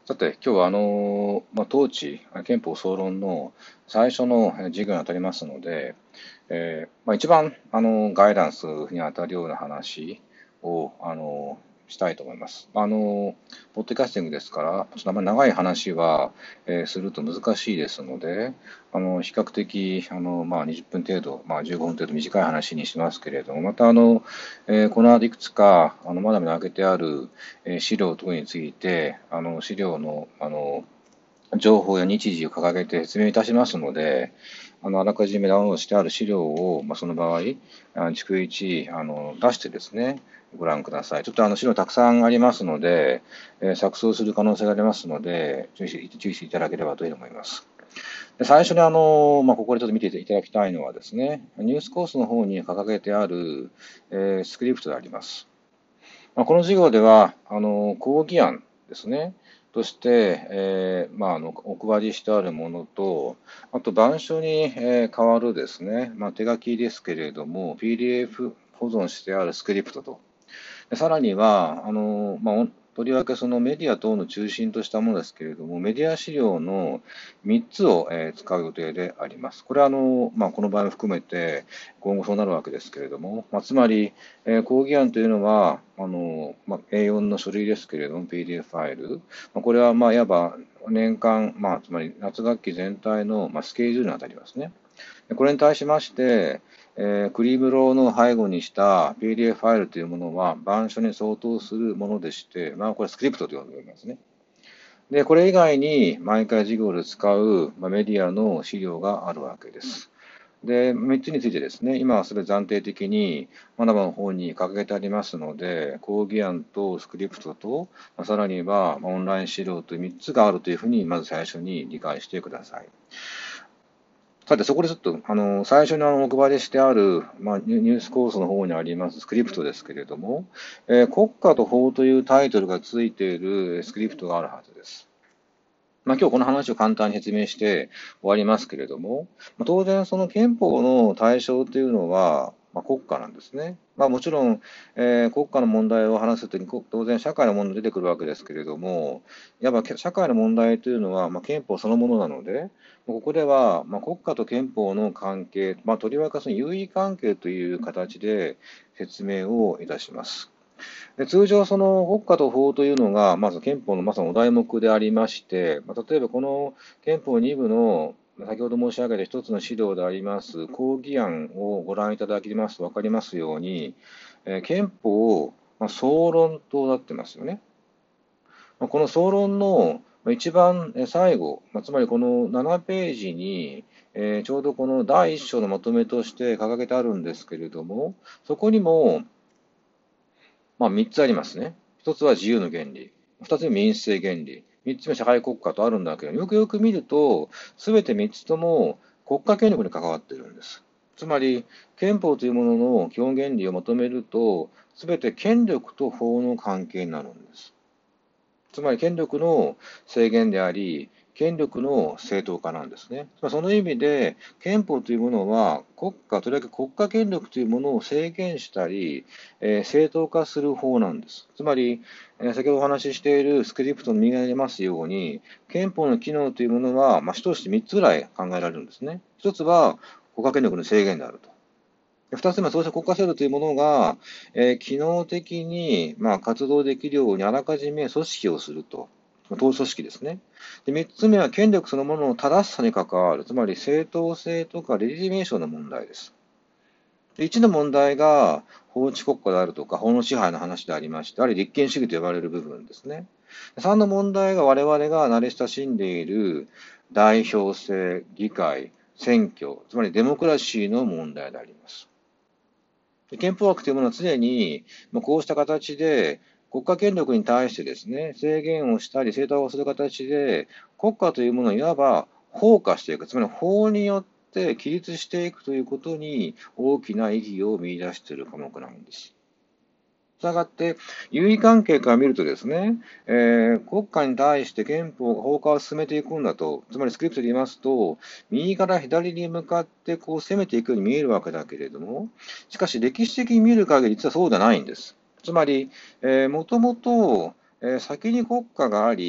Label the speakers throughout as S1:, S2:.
S1: さて、今日は統治、憲法総論の最初の授業にあたりますので、一番ガイダンスに当たるような話をしたいと思います。ポッドキャスティングですから、ちょっとあまり長い話は、すると難しいですので、比較的20分程度、15分程度短い話にしますけれども、またこの後いくつかまだまだ開けてある資料等について、資料の情報や日時を掲げて説明いたしますので、あらかじめダウンロードしてある資料を、その場合、逐一出してですね、ご覧ください。ちょっと資料たくさんありますので、錯綜する可能性がありますので、注意していただければというふうに思います。で最初にここでちょっと見ていただきたいのはですね、ニュースコースの方に掲げてある、スクリプトであります。この授業では、講義案ですね、として、お配りしてあるものと、あと、板書に、代わるですね、手書きですけれども、PDF 保存してあるスクリプトと、さらには、とりわけそのメディア等の中心としたものですけれども、メディア資料の3つを、使う予定であります。これはこの場合も含めて、今後そうなるわけですけれども、つまり、講義案というのは、A4 の書類ですけれども、PDF ファイル、これはいわば年間、つまり夏学期全体の、スケジュールに当たりますね。これに対しまして、クリームローの背後にした PDF ファイルというものは、板書に相当するものでして、これスクリプトと呼んでおりますね。で、これ以外に毎回授業で使う、メディアの資料があるわけです。で、3つについてですね、今はそれ暫定的に学ばの方に掲げてありますので、講義案とスクリプトと、さらにはオンライン資料という3つがあるというふうに、まず最初に理解してください。さて、そこでちょっと、最初にお配りしてある、ニュースコースの方にありますスクリプトですけれども、国家と法というタイトルがついているスクリプトがあるはずです。今日この話を簡単に説明して終わりますけれども、当然その憲法の対象というのは、国家なんですね。もちろん、国家の問題を話すときに当然社会の問題が出てくるわけですけれども、いわば社会の問題というのは、憲法そのものなので、ここでは、国家と憲法の関係、とりわけその優位関係という形で説明をいたします。で通常、その国家と法というのが、まず憲法のまさにお題目でありまして、例えばこの憲法2部の先ほど申し上げた一つの資料であります講義案をご覧いただきますと分かりますように、憲法、総論となってますよね。この総論の一番最後、つまりこの7ページに、ちょうどこの第1章のまとめとして掲げてあるんですけれども、そこにも、3つありますね。1つは自由の原理、2つ目民主制原理、3つ目社会国家とあるんだけど、よくよく見ると、すべて3つとも国家権力に関わっているんです。つまり、憲法というものの基本原理をまとめると、すべて権力と法の関係になるんです。つまり権力の制限であり、権力の正当化なんですね。その意味で、憲法というものは国家、とりわけ国家権力というものを制限したり、正当化する法なんです。つまり、先ほどお話ししているスクリプトの右側にありますように、憲法の機能というものは、主として3つぐらい考えられるんですね。1つは国家権力の制限であると。2つ目は、そうした国家制度というものが、機能的に、活動できるようにあらかじめ組織をすると。党組織ですね。で、3つ目は、権力そのものの正しさに関わる、つまり正当性とかレジリメーションの問題です。で1の問題が法治国家であるとか、法の支配の話でありまして、あるいは立憲主義と呼ばれる部分ですね。3の問題が我々が慣れ親しんでいる代表制、議会、選挙、つまりデモクラシーの問題であります。憲法枠というものは常に、こうした形で国家権力に対してですね、制限をしたり正当化する形で、国家というものをいわば法化していく、つまり法によって規律していくということに大きな意義を見出している科目なんです。したがって、優位関係から見るとですね、国家に対して憲法、法化を進めていくんだと、つまりスクリプトで言いますと、右から左に向かってこう攻めていくように見えるわけだけれども、しかし歴史的に見る限り実はそうではないんです。つまり、もともと先に国家があり、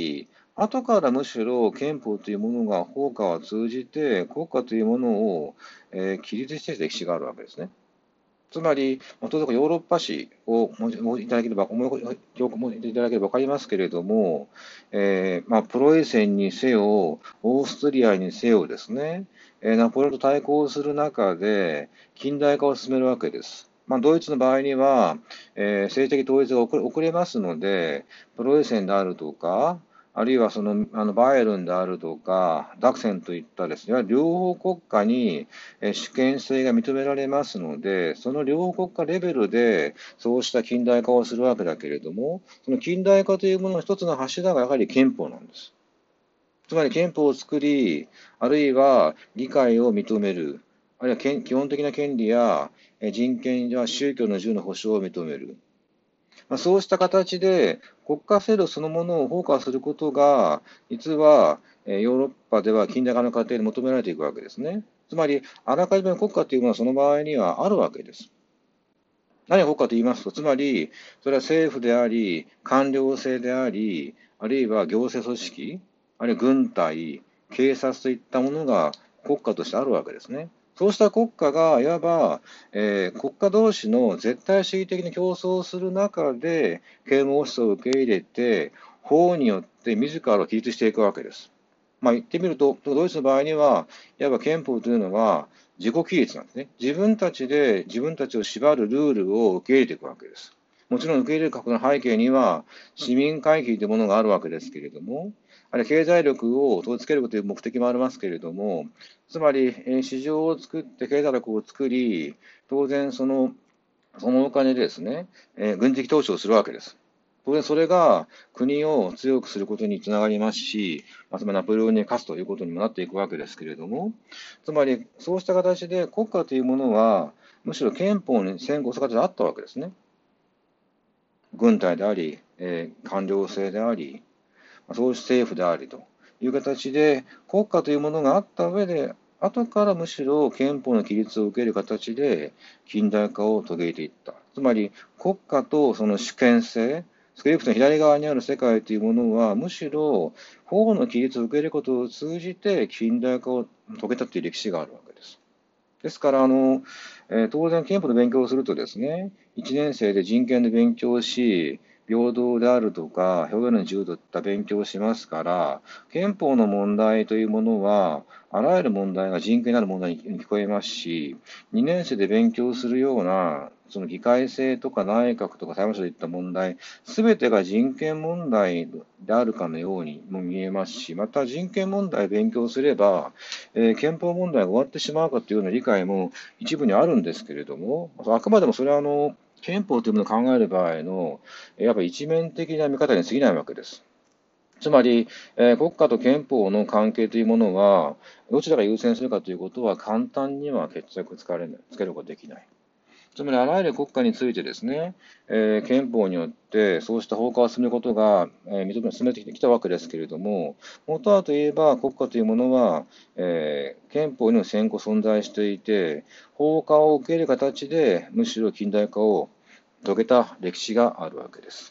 S1: 後からむしろ憲法というものが法化を通じて国家というものを、記述している歴史があるわけですね。つまり、当然ヨーロッパ史をもいただければ、記憶もいただければ分かりますけれども、プロイセンにせよ、オーストリアにせよですね、ナポレオンと対抗する中で、近代化を進めるわけです。ドイツの場合には、政治的統一が遅れますので、プロイセンであるとか、あるいはバイエルンであるとか、ダクセンといったですね、両方国家に主権性が認められますので、その両国家レベルでそうした近代化をするわけだけれども、その近代化というものの一つの柱がやはり憲法なんです。つまり憲法を作り、あるいは議会を認める、あるいは基本的な権利や人権や宗教の自由の保障を認める。そうした形で国家制度そのものを包括することが、実はヨーロッパでは近代化の過程で求められていくわけですね。つまり、あらかじめ国家というものはその場合にはあるわけです。何が国家と言いますと、つまり、それは政府であり、官僚制であり、あるいは行政組織、あるいは軍隊、警察といったものが国家としてあるわけですね。そうした国家が、いわば、国家同士の絶対主義的に競争する中で、啓蒙思想を受け入れて、法によって自らを規律していくわけです。言ってみると、ドイツの場合には、いわば憲法というのは自己規律なんですね。自分たちで自分たちを縛るルールを受け入れていくわけです。もちろん受け入れる核の背景には市民回帰というものがあるわけですけれども、あるいは経済力をつけるという目的もありますけれども、つまり市場を作って経済力を作り、当然そのお金でですね、軍事的投資をするわけです。当然それが国を強くすることにつながりますし、つまりナポレオンに勝つということにもなっていくわけですけれども、つまりそうした形で国家というものは、むしろ憲法に先行する形であったわけですね。軍隊であり、官僚制であり、そうした政府でありという形で、国家というものがあった上で、後からむしろ憲法の規律を受ける形で近代化を遂げていった。つまり国家とその主権性、スクリプトの左側にある世界というものは、むしろ法の規律を受けることを通じて近代化を遂げたという歴史があるわけです。ですから、当然、憲法の勉強をするとですね、1年生で人権で勉強し、平等であるとか、表現の自由といった勉強をしますから、憲法の問題というものは、あらゆる問題が人権なる問題に聞こえますし、2年生で勉強するような、その議会制とか内閣とか裁判所といった問題、すべてが人権問題であるかのようにも見えますし、また人権問題を勉強すれば、憲法問題が終わってしまうかというような理解も一部にあるんですけれども、あくまでもそれは憲法というものを考える場合の、やっぱり一面的な見方に過ぎないわけです。つまり、国家と憲法の関係というものは、どちらが優先するかということは簡単には決着つけることができない。つまりあらゆる国家についてですね、憲法によってそうした法化を進めることが、進めてきたわけですけれども、元はといえば国家というものは、憲法にも先行存在していて、法化を受ける形でむしろ近代化を遂げた歴史があるわけです。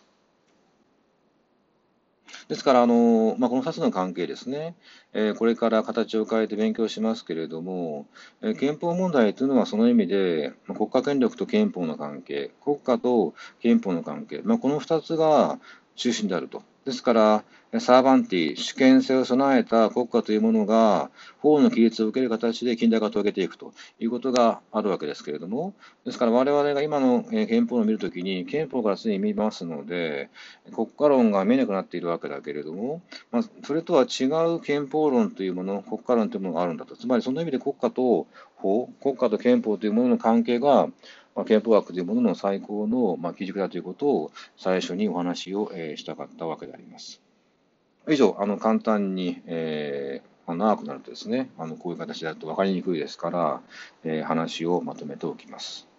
S1: ですから、この2つの関係ですね、これから形を変えて勉強しますけれども、憲法問題というのはその意味で、国家権力と憲法の関係、国家と憲法の関係、この2つが中心であると。ですから、サーバンティ、主権性を備えた国家というものが、法の規律を受ける形で近代化を遂げていくということがあるわけですけれども、ですから我々が今の憲法を見るときに、憲法からすでに見ますので、国家論が見えなくなっているわけだけれども、それとは違う憲法論というもの、国家論というものがあるんだと。つまりその意味で国家と法、国家と憲法というものの関係が、憲法学というものの最高の基軸だということを最初にお話をしたかったわけであります。以上、簡単に、長くなるとですね、こういう形だと分かりにくいですから、話をまとめておきます。